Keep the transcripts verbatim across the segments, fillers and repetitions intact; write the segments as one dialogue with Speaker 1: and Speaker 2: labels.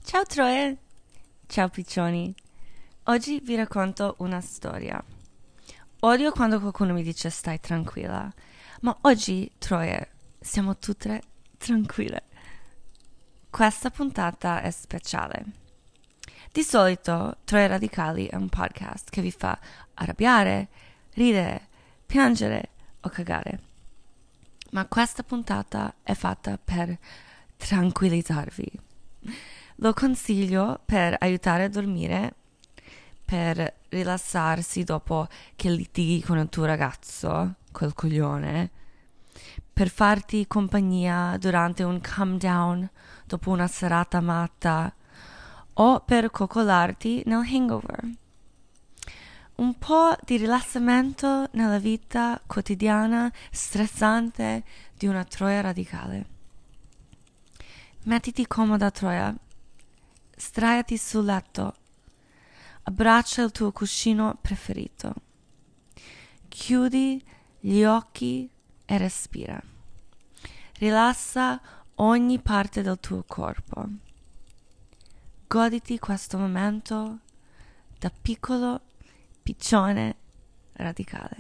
Speaker 1: Ciao Troie! Ciao piccioni! Oggi vi racconto una storia. Odio quando qualcuno mi dice stai tranquilla, ma oggi, Troie, siamo tutte tranquille. Questa puntata è speciale. Di solito Troie Radicali è un podcast che vi fa arrabbiare, ridere, piangere o cagare. Ma questa puntata è fatta per tranquillizzarvi. Lo consiglio per aiutare a dormire, per rilassarsi dopo che litighi con il tuo ragazzo, quel coglione, per farti compagnia durante un calm down dopo una serata matta o per coccolarti nel hangover. Un po' di rilassamento nella vita quotidiana stressante di una Troia radicale. Mettiti comoda, Troia. Sdraiati sul letto, abbraccia il tuo cuscino preferito, chiudi gli occhi e respira. Rilassa ogni parte del tuo corpo. Goditi questo momento da piccolo piccione radicale.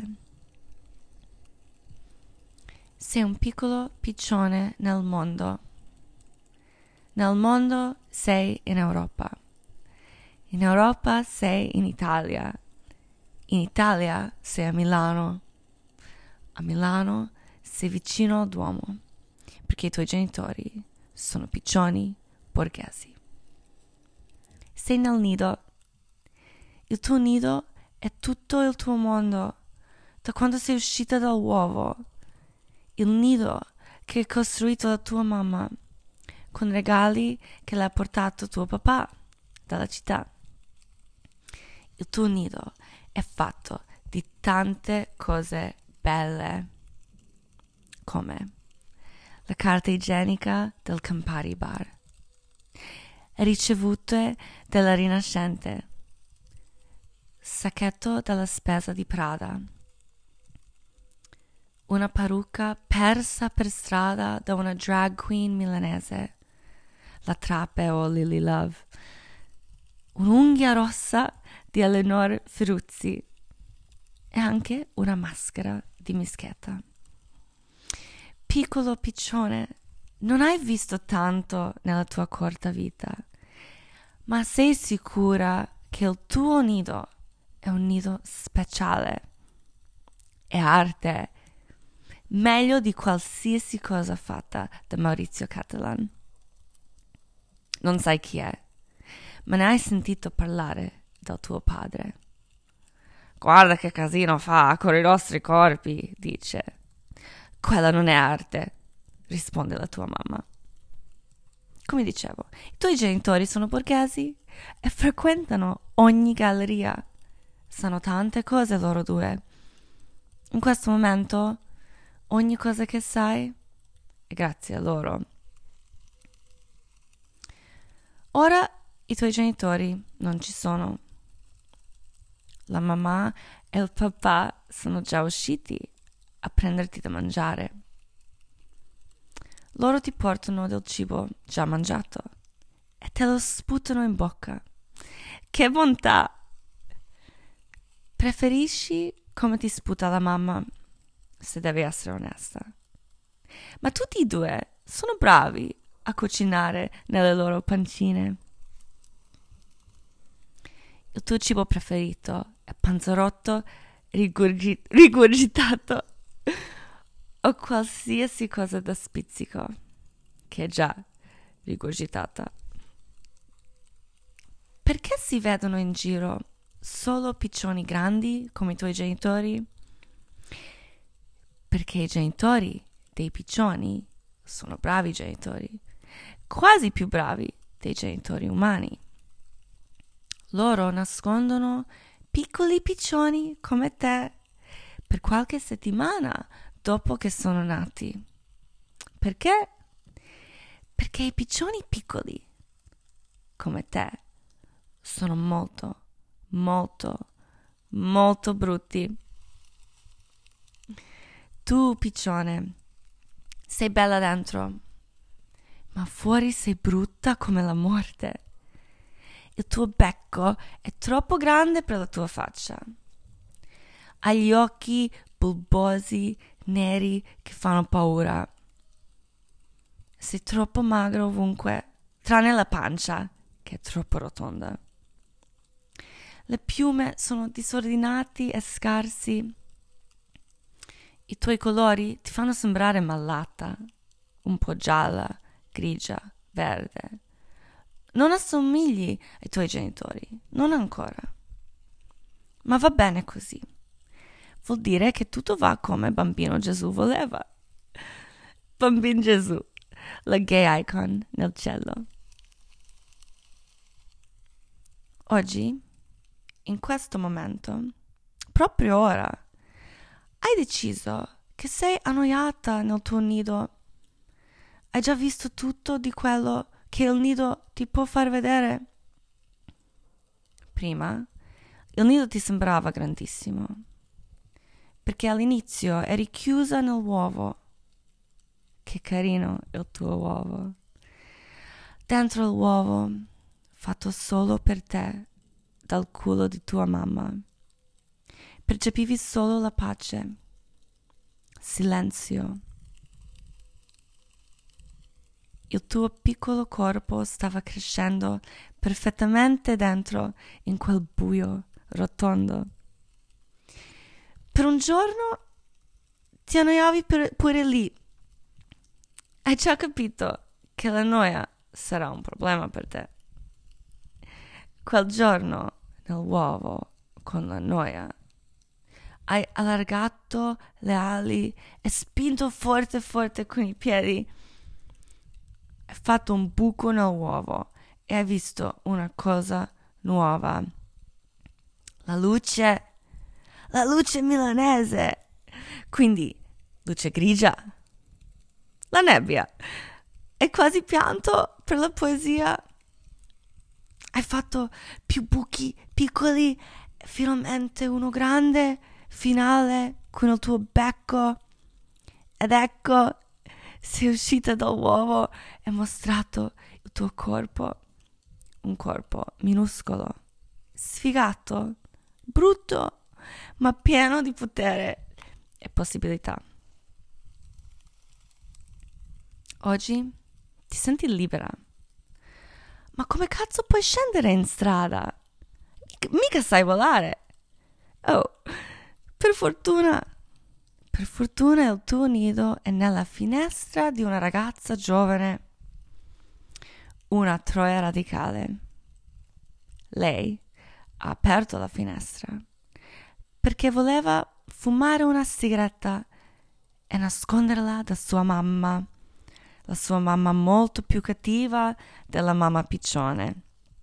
Speaker 1: Sei un piccolo piccione nel mondo. Nel mondo sei in Europa. In Europa sei in Italia. In Italia sei a Milano. A Milano sei vicino al Duomo, perché i tuoi genitori sono piccioni borghesi. Sei nel nido. Il tuo nido è tutto il tuo mondo, da quando sei uscita dall'uovo. Il nido che hai costruito la tua mamma, con regali che le ha portato tuo papà dalla città. Il tuo nido è fatto di tante cose belle, come la carta igienica del Campari Bar, ricevute della Rinascente, sacchetto della spesa di Prada, una parrucca persa per strada da una drag queen milanese, la Trappe o Lily Love, un'unghia rossa di Eleanor Ferruzzi e anche una maschera di Mischetta. Piccolo piccione, non hai visto tanto nella tua corta vita, ma sei sicura che il tuo nido è un nido speciale. È arte, meglio di qualsiasi cosa fatta da Maurizio Cattelan. Non sai chi è, ma ne hai sentito parlare del tuo padre. Guarda che casino fa con i nostri corpi, dice. Quella non è arte, risponde la tua mamma. Come dicevo, i tuoi genitori sono borghesi e frequentano ogni galleria. Sanno tante cose loro due. In questo momento, ogni cosa che sai è grazie a loro. Ora i tuoi genitori non ci sono. La mamma e il papà sono già usciti a prenderti da mangiare. Loro ti portano del cibo già mangiato e te lo sputano in bocca. Che bontà! Preferisci come ti sputa la mamma, se devi essere onesta. Ma tutti e due sono bravi a cucinare nelle loro pancine. Il tuo cibo preferito è panzerotto rigurgi- rigurgitato o qualsiasi cosa da spizzico che è già rigurgitata. Perché si vedono in giro solo piccioni grandi come i tuoi genitori? Perché i genitori dei piccioni sono bravi genitori, quasi più bravi dei genitori umani. Loro nascondono piccoli piccioni come te per qualche settimana dopo che sono nati. Perché? Perché i piccioni piccoli come te sono molto, molto, molto brutti. Tu, piccione, sei bella dentro, ma fuori sei brutta come la morte. Il tuo becco è troppo grande per la tua faccia. Hai gli occhi bulbosi, neri, che fanno paura. Sei troppo magro ovunque, tranne la pancia, che è troppo rotonda. Le piume sono disordinati e scarsi. I tuoi colori ti fanno sembrare malata, un po' gialla, grigia, verde. Non assomigli ai tuoi genitori, non ancora. Ma va bene così. Vuol dire che tutto va come Bambino Gesù voleva. Bambino Gesù, la gay icon nel cielo. Oggi, in questo momento, proprio ora, hai deciso che sei annoiata nel tuo nido. Hai già visto tutto di quello che il nido ti può far vedere. Prima, il nido ti sembrava grandissimo, perché all'inizio eri chiusa nell'uovo. Che carino il tuo uovo. Dentro l'uovo, fatto solo per te, dal culo di tua mamma. Percepivi solo la pace, silenzio. Il tuo piccolo corpo stava crescendo perfettamente dentro in quel buio rotondo. Per un giorno ti annoiavi per, pure lì. Hai già capito che la noia sarà un problema per te. Quel giorno, nell'uovo, con la noia, hai allargato le ali e spinto forte forte con i piedi. Hai fatto un buco nell'uovo e hai visto una cosa nuova. La luce, la luce milanese. Quindi, luce grigia. La nebbia. Hai quasi pianto per la poesia. Hai fatto più buchi piccoli, finalmente uno grande, finale, con il tuo becco. Ed ecco, sei uscita dall'uovo e mostrato il tuo corpo. Un corpo minuscolo, sfigato, brutto, ma pieno di potere e possibilità. Oggi ti senti libera. Ma come cazzo puoi scendere in strada? Mica sai volare. Oh, per fortuna, per fortuna il tuo nido è nella finestra di una ragazza giovane, una troia radicale. Lei ha aperto la finestra perché voleva fumare una sigaretta e nasconderla da sua mamma. La sua mamma molto più cattiva della mamma piccione.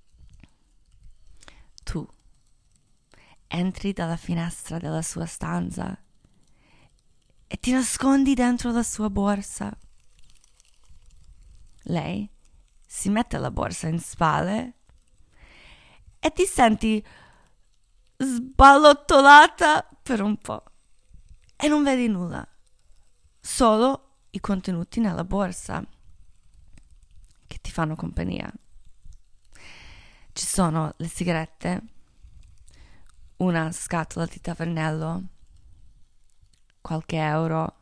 Speaker 1: Tu entri dalla finestra della sua stanza e ti nascondi dentro la sua borsa. Lei si mette la borsa in spalle e ti senti sballottolata per un po' e non vedi nulla, solo i contenuti nella borsa che ti fanno compagnia. Ci sono le sigarette, una scatola di tavernello, qualche euro,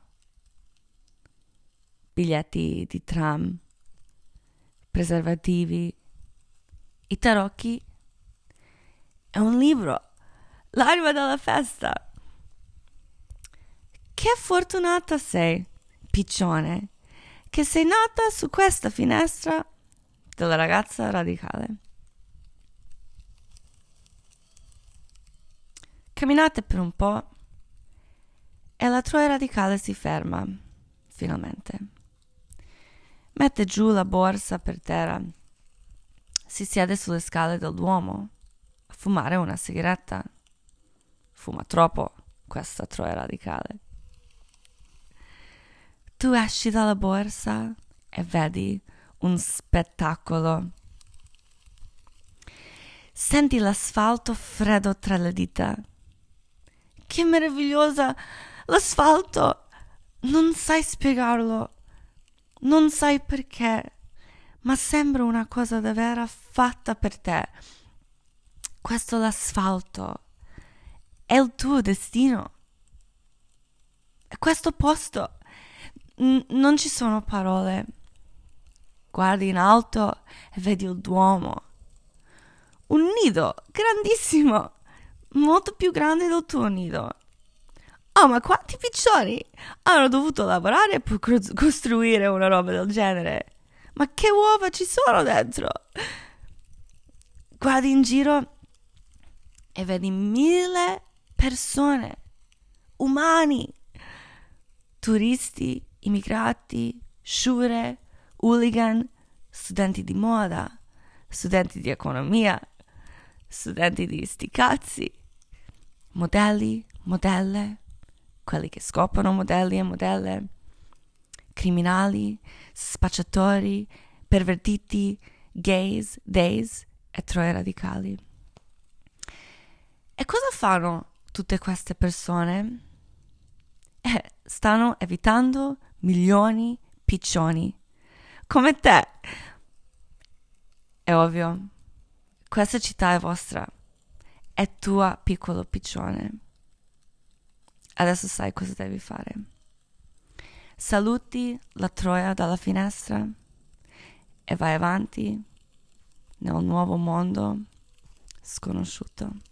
Speaker 1: biglietti di tram, preservativi, i tarocchi e un libro, L'anima della festa. Che fortunata sei, piccione, che sei nata su questa finestra della ragazza radicale. Camminate per un po' e la troia radicale si ferma, finalmente. Mette giù la borsa per terra, si siede sulle scale del Duomo a fumare una sigaretta. Fuma troppo questa troia radicale. Tu esci dalla borsa e vedi un spettacolo. Senti l'asfalto freddo tra le dita. Che meravigliosa l'asfalto! Non sai spiegarlo, non sai perché, ma sembra una cosa davvero fatta per te. questo è l'asfalto, è il tuo destino, è questo posto. N- non ci sono parole. Guardi in alto e vedi il Duomo, un nido grandissimo, molto più grande del tuo nido. Oh, ma quanti piccioni hanno dovuto lavorare per cro- costruire una roba del genere? Ma che uova ci sono dentro? Guardi in giro e vedi mille persone, umani, turisti, immigrati, sciure, hooligan, studenti di moda, studenti di economia, studenti di sti cazzi, modelli, modelle, quelli che scoprono modelli e modelle, criminali, spacciatori, pervertiti, gays, days e troie radicali. E cosa fanno tutte queste persone? Eh, stanno evitando milioni piccioni, come te. È ovvio, questa città è vostra, è tua, piccolo piccione. Adesso sai cosa devi fare. Saluti la troia dalla finestra e vai avanti nel nuovo mondo sconosciuto.